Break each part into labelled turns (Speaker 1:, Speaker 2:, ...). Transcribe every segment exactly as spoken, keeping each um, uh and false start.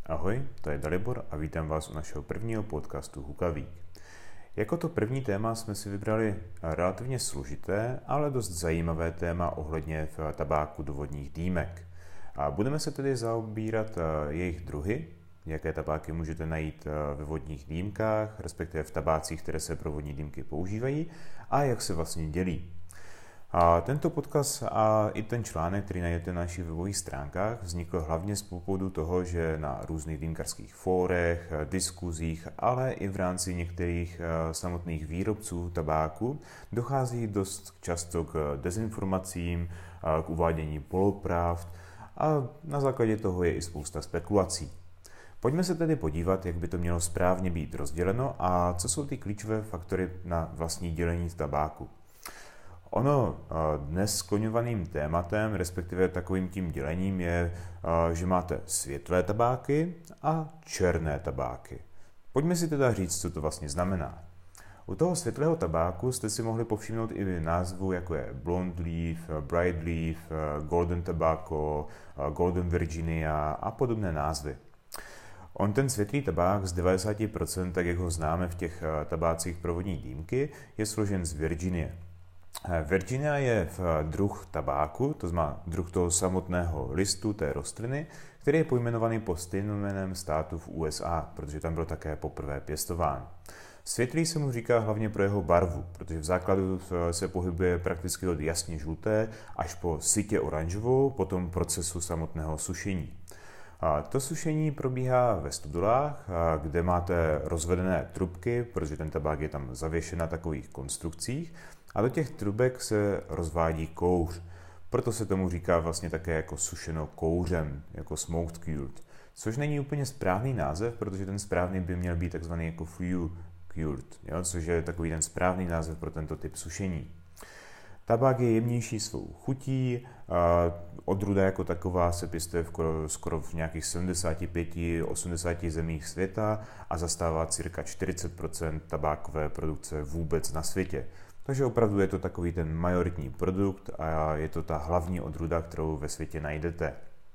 Speaker 1: Ahoj, to je Dalibor a vítám vás u našeho prvního podcastu Hukavík. Jako to první téma jsme si vybrali relativně složité, ale dost zajímavé téma ohledně v tabáku do vodních dýmek. A budeme se tedy zaobírat jejich druhy, jaké tabáky můžete najít ve vodních dýmkách, respektive v tabácích, které se pro vodní dýmky používají, a jak se vlastně dělí. A tento podcast a i ten článek, který najdete na našich webových stránkách, vznikl hlavně z důvodu toho, že na různých dýmkařských fórech, diskuzích, ale i v rámci některých samotných výrobců tabáku dochází dost často k dezinformacím, k uvádění polopravd a na základě toho je i spousta spekulací. Pojďme se tedy podívat, jak by to mělo správně být rozděleno a co jsou ty klíčové faktory na vlastní dělení tabáku. Ono dnes skloňovaným tématem, respektive takovým tím dělením je, že máte světlé tabáky a černé tabáky. Pojďme si teda říct, co to vlastně znamená. U toho světlého tabáku jste si mohli povšimnout i názvu, jako je Blonde Leaf, Bright Leaf, Golden Tobacco, Golden Virginia a podobné názvy. On ten světlý tabák z devadesát procent, tak jak ho známe v těch tabácích pro vodní dýmky, je složen z Virginie. Virginia je druh tabáku, to znamená druh toho samotného listu té rostliny, který je pojmenovaný po stejnojmenném státu v U S A, protože tam byl také poprvé pěstován. Světlý se mu říká hlavně pro jeho barvu, protože v základu se pohybuje prakticky od jasně žluté až po sytě oranžovou po tom procesu samotného sušení. A to sušení probíhá ve studolách, kde máte rozvedené trubky, protože ten tabák je tam zavěšen na takových konstrukcích, a do těch trubek se rozvádí kouř. Proto se tomu říká vlastně také jako sušeno kouřem, jako smoked cured. Což není úplně správný název, protože ten správný by měl být takzvaný jako fuel cured, jo? Což je takový ten správný název pro tento typ sušení. Tabák je jemnější svou chutí, odrůda jako taková se pěstuje skoro v nějakých sedmdesát pět až osmdesát zemích světa a zastává cirka čtyřicet procent tabákové produkce vůbec na světě. Takže opravdu je to takový ten majoritní produkt a je to ta hlavní odrůda, kterou ve světě najdete.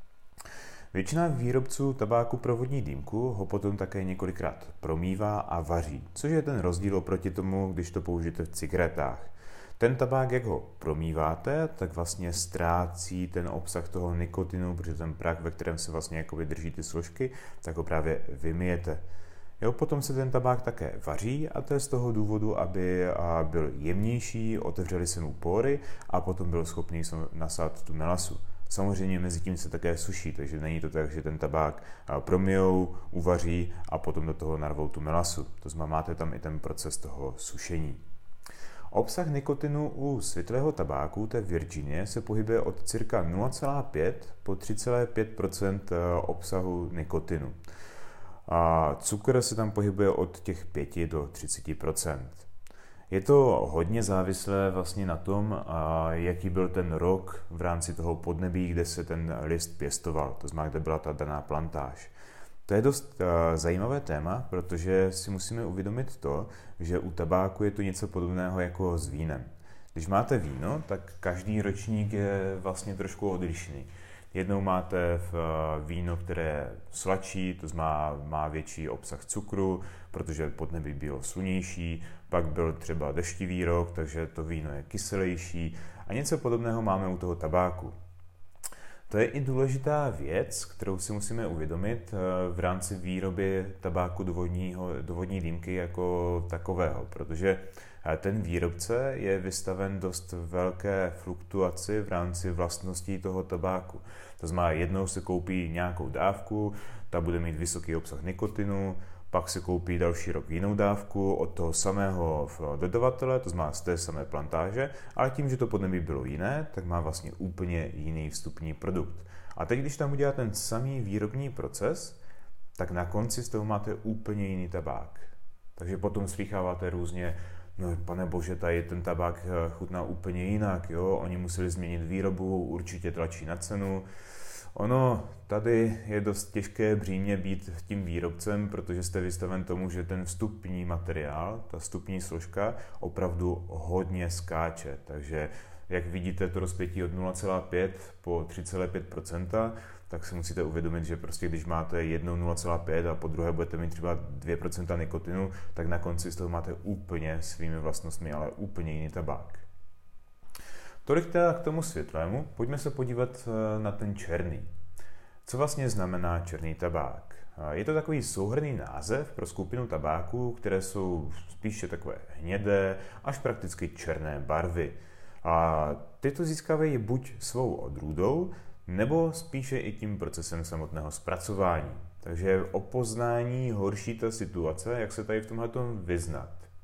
Speaker 1: Většina výrobců tabáku pro vodní dýmku ho potom také několikrát promývá a vaří, což je ten rozdíl oproti tomu, když to použijete v cigaretách. Ten tabák, jak ho promýváte, tak vlastně ztrácí ten obsah toho nikotinu, protože ten prach, ve kterém se vlastně jakoby drží ty složky, tak ho právě vymyjete. Jo, potom se ten tabák také vaří a to je z toho důvodu, aby byl jemnější, otevřely se mu pory a potom byl schopný nasát tu melasu. Samozřejmě mezi tím se také suší, takže není to tak, že ten tabák promijou, uvaří a potom do toho narvou tu melasu. To znamená, máte tam i ten proces toho sušení. Obsah nikotinu u světlého tabáku, té Virginie, se pohybuje od cirka nula celá pět po tři celá pět procenta obsahu nikotinu. A cukr se tam pohybuje od těch pět do třicet procent. Je to hodně závislé vlastně na tom, jaký byl ten rok v rámci toho podnebí, kde se ten list pěstoval, to znamená, kde byla ta daná plantáž. To je dost zajímavé téma, protože si musíme uvědomit to, že u tabáku je to něco podobného jako s vínem. Když máte víno, tak každý ročník je vlastně trošku odlišný. Jednou máte víno, které je sladší, to znamená, má větší obsah cukru, protože podnebí bylo slunější, pak byl třeba deštivý rok, takže to víno je kyselější a něco podobného máme u toho tabáku. To je i důležitá věc, kterou si musíme uvědomit v rámci výroby tabáku do, vodního, do vodní dýmky jako takového, protože ten výrobce je vystaven dost velké fluktuaci v rámci vlastností toho tabáku. To znamená, jednou se koupí nějakou dávku, ta bude mít vysoký obsah nikotinu, pak se koupí další rok jinou dávku od toho samého dodavatele, to znamená z té samé plantáže, ale tím, že to podnebí bylo jiné, tak má vlastně úplně jiný vstupní produkt. A teď, když tam udělá ten samý výrobní proces, tak na konci z toho máte úplně jiný tabák. Takže potom slýcháváte různě, no pane bože, tady ten tabák chutná úplně jinak, jo? Oni museli změnit výrobu, určitě tlačí na cenu. Ono, tady je dost těžké břímě být tím výrobcem, protože jste vystaven tomu, že ten vstupní materiál, ta vstupní složka, opravdu hodně skáče. Takže, jak vidíte, to rozpětí od nula celá pět po tři celá pět procenta, tak si musíte uvědomit, že prostě když máte jednou nula celá pět a po druhé budete mít třeba dvě procenta nikotinu, tak na konci z toho máte úplně svými vlastnostmi, ale úplně jiný tabák. Tolik teda k tomu světlému, pojďme se podívat na ten černý. Co vlastně znamená černý tabák? Je to takový souhrnný název pro skupinu tabáků, které jsou spíše takové hnědé až prakticky černé barvy. A tyto získávají buď svou odrůdou, nebo spíše i tím procesem samotného zpracování. Takže o poznání horší ta situace, jak se tady v tomhletom vyznat.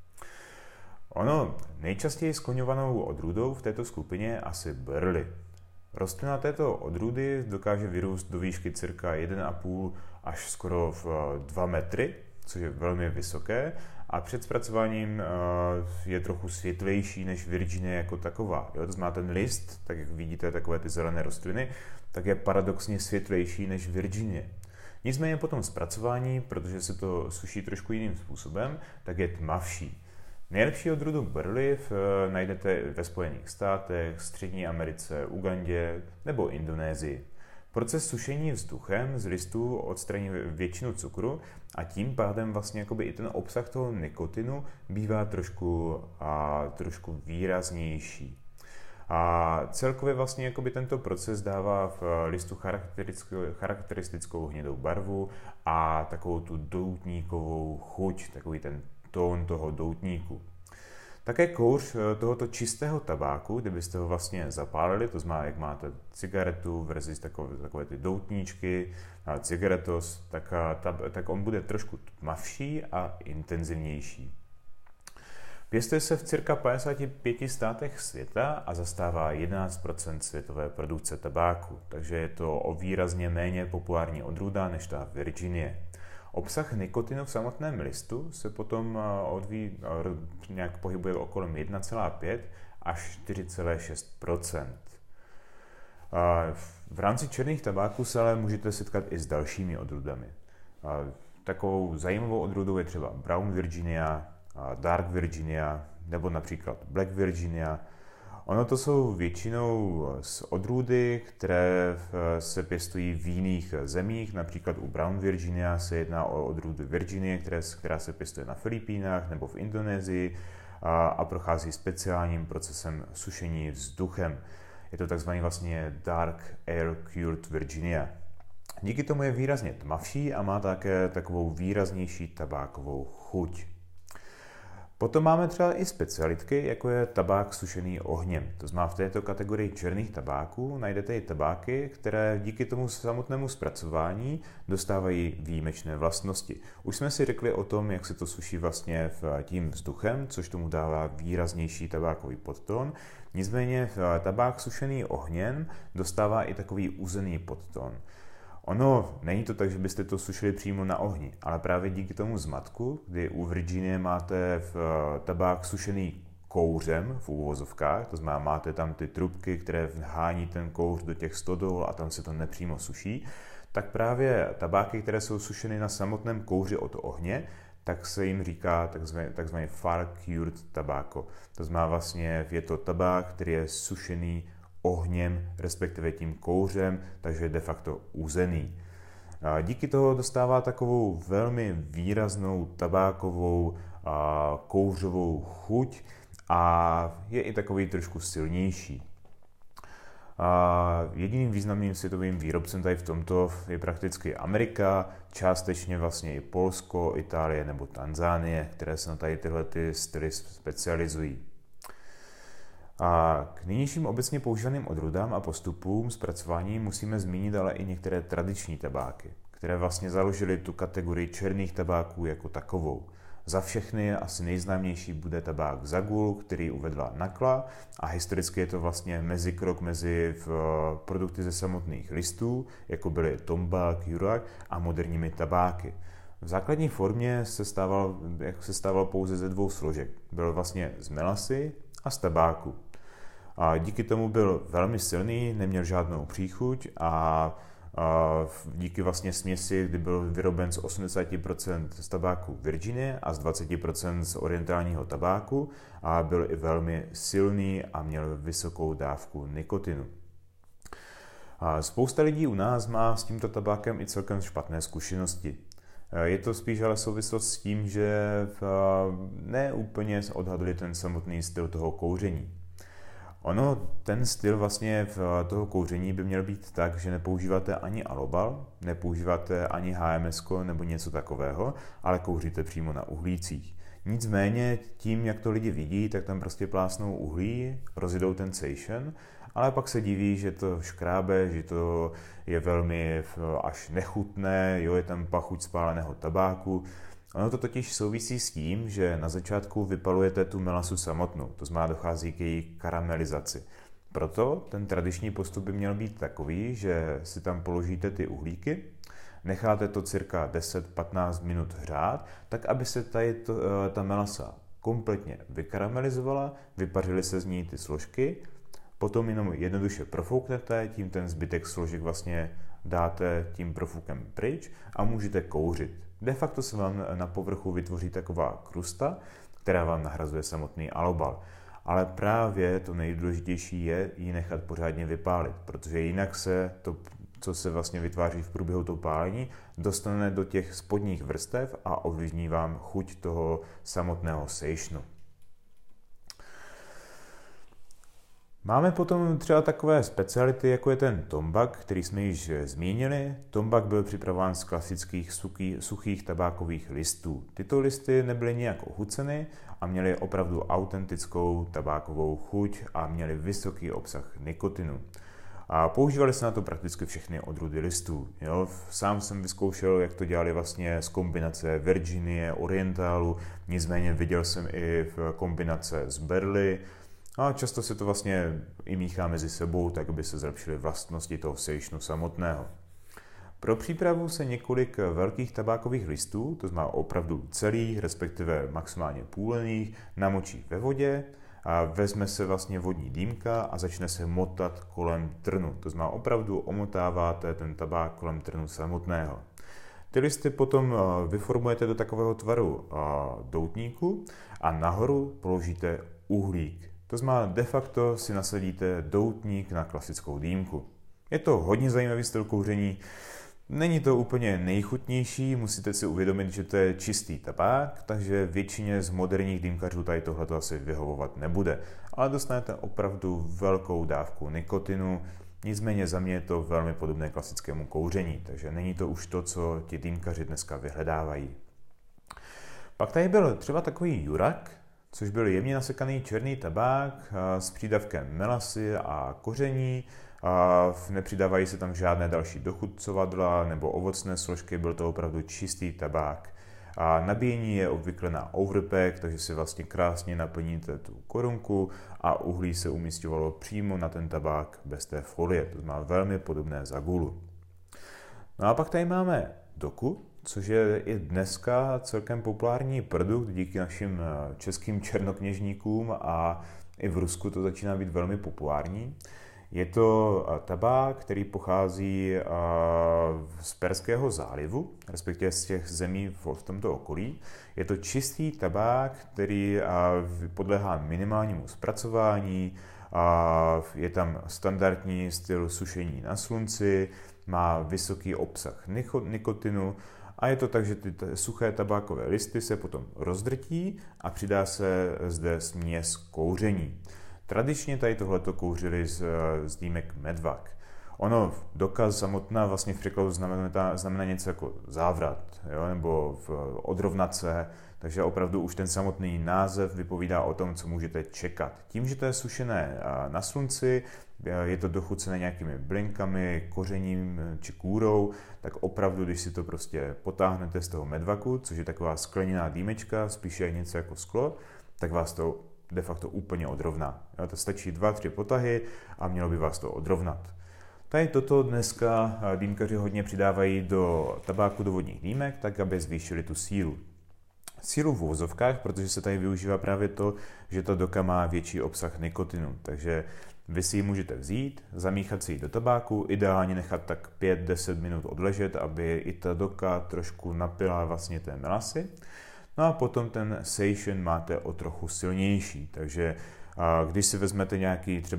Speaker 1: Ono nejčastěji skloňovanou odrůdou v této skupině je asi Burley. Rostlina této odrůdy dokáže vyrůst do výšky cirka jedna celá pět až skoro v dva metry, což je velmi vysoké, a před zpracováním je trochu světlejší než Virginie jako taková. Jo, to znamená ten list, tak jak vidíte takové ty zelené rostliny, tak je paradoxně světlejší než Virginie. Nicméně potom zpracování, protože se to suší trošku jiným způsobem, tak je tmavší. Nejlepší odrůdu Burley najdete ve Spojených státech, Střední Americe, Ugandě nebo Indonésii. Proces sušení vzduchem z listů odstraní většinu cukru a tím pádem vlastně jakoby i ten obsah toho nikotinu bývá trošku, a, trošku výraznější. A celkově vlastně jakoby tento proces dává v listu charakteristickou, charakteristickou hnědou barvu a takovou tu doutníkovou chuť, takový ten tón toho doutníku. Také kouř tohoto čistého tabáku, kdybyste ho vlastně zapálili, to znamená, jak máte cigaretu versus takové, takové ty doutníčky, cigaretos, tak, tak on bude trošku tmavší a intenzivnější. Pěstuje se v cirka padesáti pěti státech světa a zastává jedenáct procent světové produkce tabáku, takže je to o výrazně méně populární odrůda než ta Virginie. Obsah nikotinu v samotném listu se potom odvíjí, nějak pohybuje okolo jedna celá pět až čtyři celá šest procenta. V rámci černých tabáků se ale můžete setkat i s dalšími odrůdami. Takovou zajímavou odrůdou je třeba Brown Virginia, Dark Virginia nebo například Black Virginia. Ono to jsou většinou z odrůdy, které se pěstují v jiných zemích, například u Brown Virginia se jedná o odrůdu Virginie, která se pěstuje na Filipínách nebo v Indonésii a, a prochází speciálním procesem sušení vzduchem. Je to takzvaný vlastně Dark Air Cured Virginia. Díky tomu je výrazně tmavší a má také takovou výraznější tabákovou chuť. Potom máme třeba i specialitky, jako je tabák sušený ohněm. To znamená, v této kategorii černých tabáků najdete i tabáky, které díky tomu samotnému zpracování dostávají výjimečné vlastnosti. Už jsme si řekli o tom, jak se to suší vlastně tím vzduchem, což tomu dává výraznější tabákový podtón. Nicméně tabák sušený ohněm dostává i takový uzený podtón. Ono není to tak, že byste to sušili přímo na ohni, ale právě díky tomu zmatku, kdy u Virginie máte v tabák sušený kouřem v úvozovkách, to znamená, máte tam ty trubky, které vhání ten kouř do těch stodol a tam se to nepřímo suší, tak právě tabáky, které jsou sušeny na samotném kouři od ohně, tak se jim říká takzvaný, takzvaný far cured tobacco. To znamená vlastně, je to tabák, který je sušený ohněm, respektive tím kouřem, takže je de facto uzený. A díky toho dostává takovou velmi výraznou tabákovou a kouřovou chuť a je i takový trošku silnější. A jediným významným světovým výrobcem tady v tomto je prakticky Amerika, částečně vlastně i Polsko, Itálie nebo Tanzánie, které se na tady tyhle ty styly specializují. A k nynějším obecně používaným odrůdám a postupům zpracování musíme zmínit ale i některé tradiční tabáky, které vlastně založily tu kategorii černých tabáků jako takovou. Za všechny asi nejznámější bude tabák Zagul, který uvedla Nakla, a historicky je to vlastně mezikrok mezi produkty ze samotných listů, jako byly tombak, jurak, a moderními tabáky. V základní formě se stával, jak se stával pouze ze dvou složek. Byl vlastně z melasy a z tabáku. A díky tomu byl velmi silný, neměl žádnou příchuť a díky vlastně směsi, kdy byl vyroben z osmdesát procent z tabáku Virginie a z dvacet procent z orientálního tabáku a byl i velmi silný a měl vysokou dávku nikotinu. A spousta lidí u nás má s tímto tabákem i celkem špatné zkušenosti. Je to spíš ale souvislost s tím, že ne úplně odhadli ten samotný styl toho kouření. Ono, ten styl vlastně v toho kouření by měl být tak, že nepoužíváte ani alobal, nepoužíváte ani há em es nebo něco takového, ale kouříte přímo na uhlících. Nicméně tím, jak to lidi vidí, tak tam prostě plásnou uhlí, rozjedou ten session, ale pak se diví, že to škrábe, že to je velmi až nechutné, jo, je tam pachuť spáleného tabáku. Ono to totiž souvisí s tím, že na začátku vypalujete tu melasu samotnou, to znamená dochází k její karamelizaci. Proto ten tradiční postup by měl být takový, že si tam položíte ty uhlíky, necháte to cirka deset až patnáct minut hřát, tak aby se tady to, ta melasa kompletně vykaramelizovala, vypařily se z ní ty složky, potom jenom jednoduše profouknete, tím ten zbytek složek vlastně dáte tím profoukem pryč a můžete kouřit. De facto se vám na povrchu vytvoří taková krusta, která vám nahrazuje samotný alobal. Ale právě to nejdůležitější je ji nechat pořádně vypálit, protože jinak se to, co se vlastně vytváří v průběhu toho pálení, dostane do těch spodních vrstev a ovlivní vám chuť toho samotného sessionu. Máme potom třeba takové speciality, jako je ten tombak, který jsme již zmínili. Tombak byl připravován z klasických suchých, suchých tabákových listů. Tyto listy nebyly nějak ochuceny a měly opravdu autentickou tabákovou chuť a měly vysoký obsah nikotinu. A používali se na to prakticky všechny odrůdy listů. Jo? Sám jsem vyzkoušel, jak to dělali vlastně z kombinace Virginie, Orientalu, nicméně viděl jsem i v kombinace z Berly, a často se to vlastně i míchá mezi sebou, tak aby se zlepšily vlastnosti toho sessionu samotného. Pro přípravu se několik velkých tabákových listů, to znamená opravdu celých, respektive maximálně půlených, namočí ve vodě a vezme se vlastně vodní dýmka a začne se motat kolem trnu. To znamená opravdu omotáváte ten tabák kolem trnu samotného. Ty listy potom vyformujete do takového tvaru doutníku a nahoru položíte uhlík. To znamená, de facto si nasadíte doutník na klasickou dýmku. Je to hodně zajímavý styl kouření, není to úplně nejchutnější, musíte si uvědomit, že to je čistý tabák, takže většině z moderních dýmkařů tady tohleto asi vyhovovat nebude. Ale dostanete opravdu velkou dávku nikotinu, nicméně za mě je to velmi podobné klasickému kouření, takže není to už to, co ti dýmkaři dneska vyhledávají. Pak tady byl třeba takový jurak, což byl jemně nasekaný černý tabák s přídavkem melasy a koření. Nepřidávají se tam žádné další dochucovadla nebo ovocné složky, byl to opravdu čistý tabák. A nabíjení je obvykle na overpack, takže si vlastně krásně naplníte tu korunku a uhlí se umísťovalo přímo na ten tabák bez té folie, to znamená velmi podobné zagulu. No a pak tady máme doku, což je i dneska celkem populární produkt díky našim českým černokněžníkům a i v Rusku to začíná být velmi populární. Je to tabák, který pochází z Perského zálivu, respektive z těch zemí v tomto okolí. Je to čistý tabák, který podléhá minimálnímu zpracování, je tam standardní styl sušení na slunci, má vysoký obsah nikotinu a je to tak, že ty suché tabákové listy se potom rozdrtí a přidá se zde směs kouření. Tradičně tady tohleto kouřili z, z dýmek medvak. Ono, dokaz samotná vlastně v překladu znamená, znamená něco jako závrat, jo, nebo v, odrovnat se, takže opravdu už ten samotný název vypovídá o tom, co můžete čekat. Tím, že to je sušené na slunci, je to dochucené nějakými blinkami, kořením či kůrou, tak opravdu, když si to prostě potáhnete z toho medvaku, což je taková skleněná dýmečka, spíše jak něco jako sklo, tak vás to de facto úplně odrovná. Jo, to stačí dva, tři potahy a mělo by vás to odrovnat. Tady toto dneska dýmkaři hodně přidávají do tabáku do vodních dýmek, tak aby zvýšili tu sílu. Sílu v uvozovkách, protože se tady využívá právě to, že ta doka má větší obsah nikotinu. Takže vy si ji můžete vzít, zamíchat si ji do tabáku, ideálně nechat tak pět až deset minut odležet, aby i ta doka trošku napila vlastně té melasy. No a potom ten session máte o trochu silnější, takže když si vezmete nějaký třeba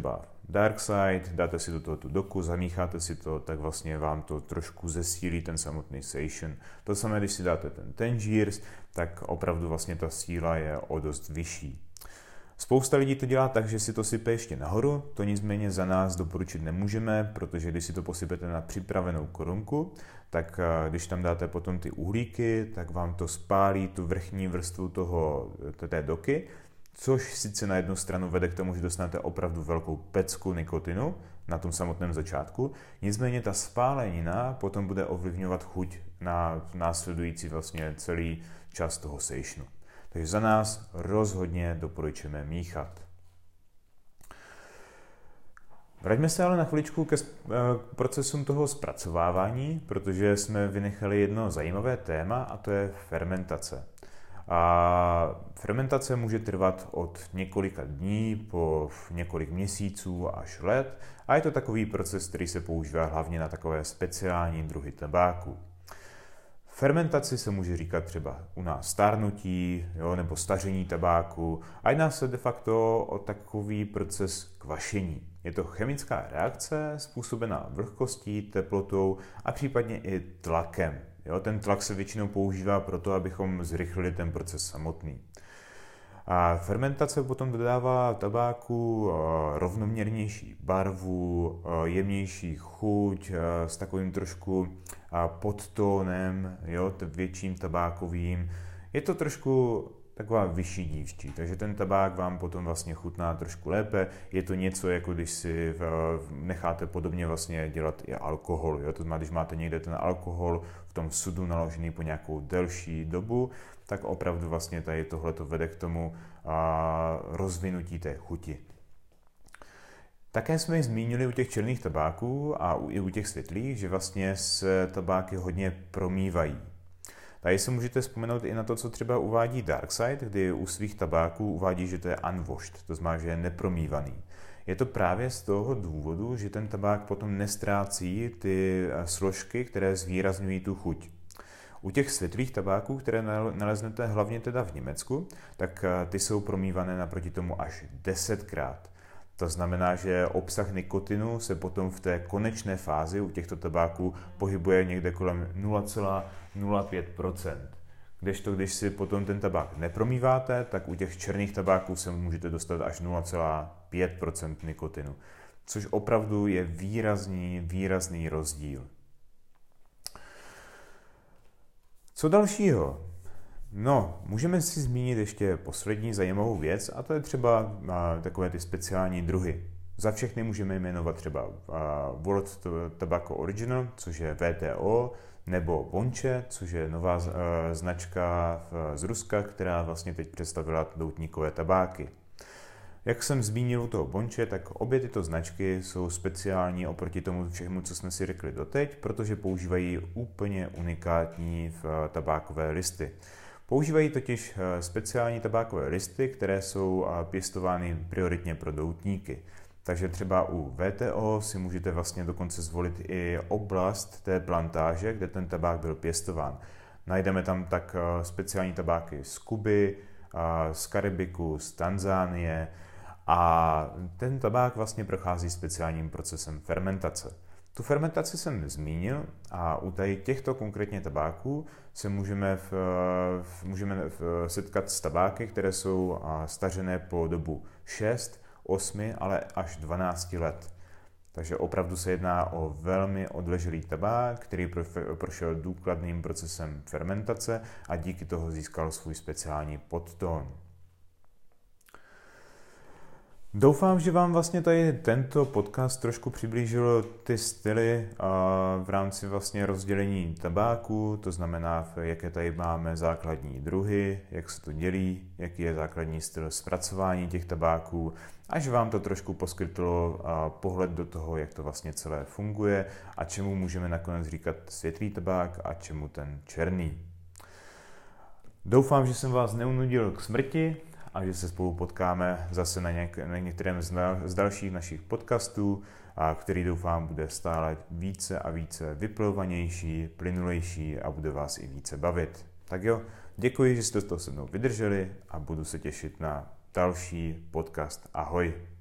Speaker 1: dark side, dáte si do toho tu doku, zamícháte si to, tak vlastně vám to trošku zesílí ten samotný session. To samé, když si dáte ten Tangiers, tak opravdu vlastně ta síla je o dost vyšší. Spousta lidí to dělá tak, že si to sype ještě nahoru, to nicméně za nás doporučit nemůžeme, protože když si to posypete na připravenou korunku, tak když tam dáte potom ty uhlíky, tak vám to spálí tu vrchní vrstvu toho, té doky, což sice na jednu stranu vede k tomu, že dostanete opravdu velkou pecku nikotinu na tom samotném začátku, nicméně ta spálenina potom bude ovlivňovat chuť na následující vlastně celý čas toho sessionu. Takže za nás rozhodně doporučujeme míchat. Vraťme se ale na chviličku ke procesům toho zpracovávání, protože jsme vynechali jedno zajímavé téma a to je fermentace. A fermentace může trvat od několika dní po několik měsíců až let a je to takový proces, který se používá hlavně na takové speciální druhy tabáku. Fermentaci se může říkat třeba u nás stárnutí, jo, nebo staření tabáku a jedná se de facto o takový proces kvašení. Je to chemická reakce způsobená vlhkostí, teplotou a případně i tlakem. Jo, ten tlak se většinou používá proto, abychom zrychlili ten proces samotný. A fermentace potom dodává tabáku rovnoměrnější barvu, jemnější chuť s takovým trošku podtónem, jo, větším tabákovým. Je to trošku taková vyšší dívčí, takže ten tabák vám potom vlastně chutná trošku lépe. Je to něco, jako když si necháte podobně vlastně dělat i alkohol. Jo? To znamená, když máte někde ten alkohol v tom sudu naložený po nějakou delší dobu, tak opravdu vlastně tady tohleto vede k tomu a, rozvinutí té chuti. Také jsme ji zmínili u těch černých tabáků a i u těch světlých, že vlastně se tabáky hodně promívají. Tady se můžete vzpomenout i na to, co třeba uvádí Darkside, kdy u svých tabáků uvádí, že to je unwashed, to znamená, že je nepromívaný. Je to právě z toho důvodu, že ten tabák potom nestrácí ty složky, které zvýrazňují tu chuť. U těch světlých tabáků, které naleznete hlavně teda v Německu, tak ty jsou promívané naproti tomu až desetkrát. To znamená, že obsah nikotinu se potom v té konečné fázi u těchto tabáků pohybuje někde kolem nula celá nula pět procent. Kdežto, když si potom ten tabák nepromíváte, tak u těch černých tabáků se můžete dostat až nula celá pět procent nikotinu, což opravdu je výrazný, výrazný rozdíl. Co dalšího? No, můžeme si zmínit ještě poslední zajímavou věc a to je třeba a, takové ty speciální druhy. Za všechny můžeme jmenovat třeba a, World Tobacco Original, což je W T O, nebo Bonče, což je nová a, značka z Ruska, která vlastně teď představila doutníkové tabáky. Jak jsem zmínil u toho Bonče, tak obě tyto značky jsou speciální oproti tomu všemu, co jsme si řekli doteď, protože používají úplně unikátní tabákové listy. Používají totiž speciální tabákové listy, které jsou pěstovány prioritně pro doutníky. Takže třeba u W T O si můžete vlastně dokonce zvolit i oblast té plantáže, kde ten tabák byl pěstován. Najdeme tam tak speciální tabáky z Kuby, z Karibiku, z Tanzánie a ten tabák vlastně prochází speciálním procesem fermentace. Tu fermentaci jsem zmínil a u tady těchto konkrétně tabáků se můžeme, v, v, můžeme v, setkat s tabáky, které jsou stařené po dobu šest, osm, ale až dvanáct let. Takže opravdu se jedná o velmi odleželý tabák, který prošel důkladným procesem fermentace a díky toho získal svůj speciální podtón. Doufám, že vám vlastně tady tento podcast trošku přiblížil ty styly v rámci vlastně rozdělení tabáku, to znamená, jaké tady máme základní druhy, jak se to dělí, jaký je základní styl zpracování těch tabáků, až vám to trošku poskytlo pohled do toho, jak to vlastně celé funguje a čemu můžeme nakonec říkat světlý tabák a čemu ten černý. Doufám, že jsem vás neunudil k smrti a že se spolu potkáme zase na, něk- na některém z dalších našich podcastů, a který doufám bude stále více a více vyplovanější, plynulejší a bude vás i více bavit. Tak jo, děkuji, že jste to se mnou vydrželi a budu se těšit na další podcast. Ahoj!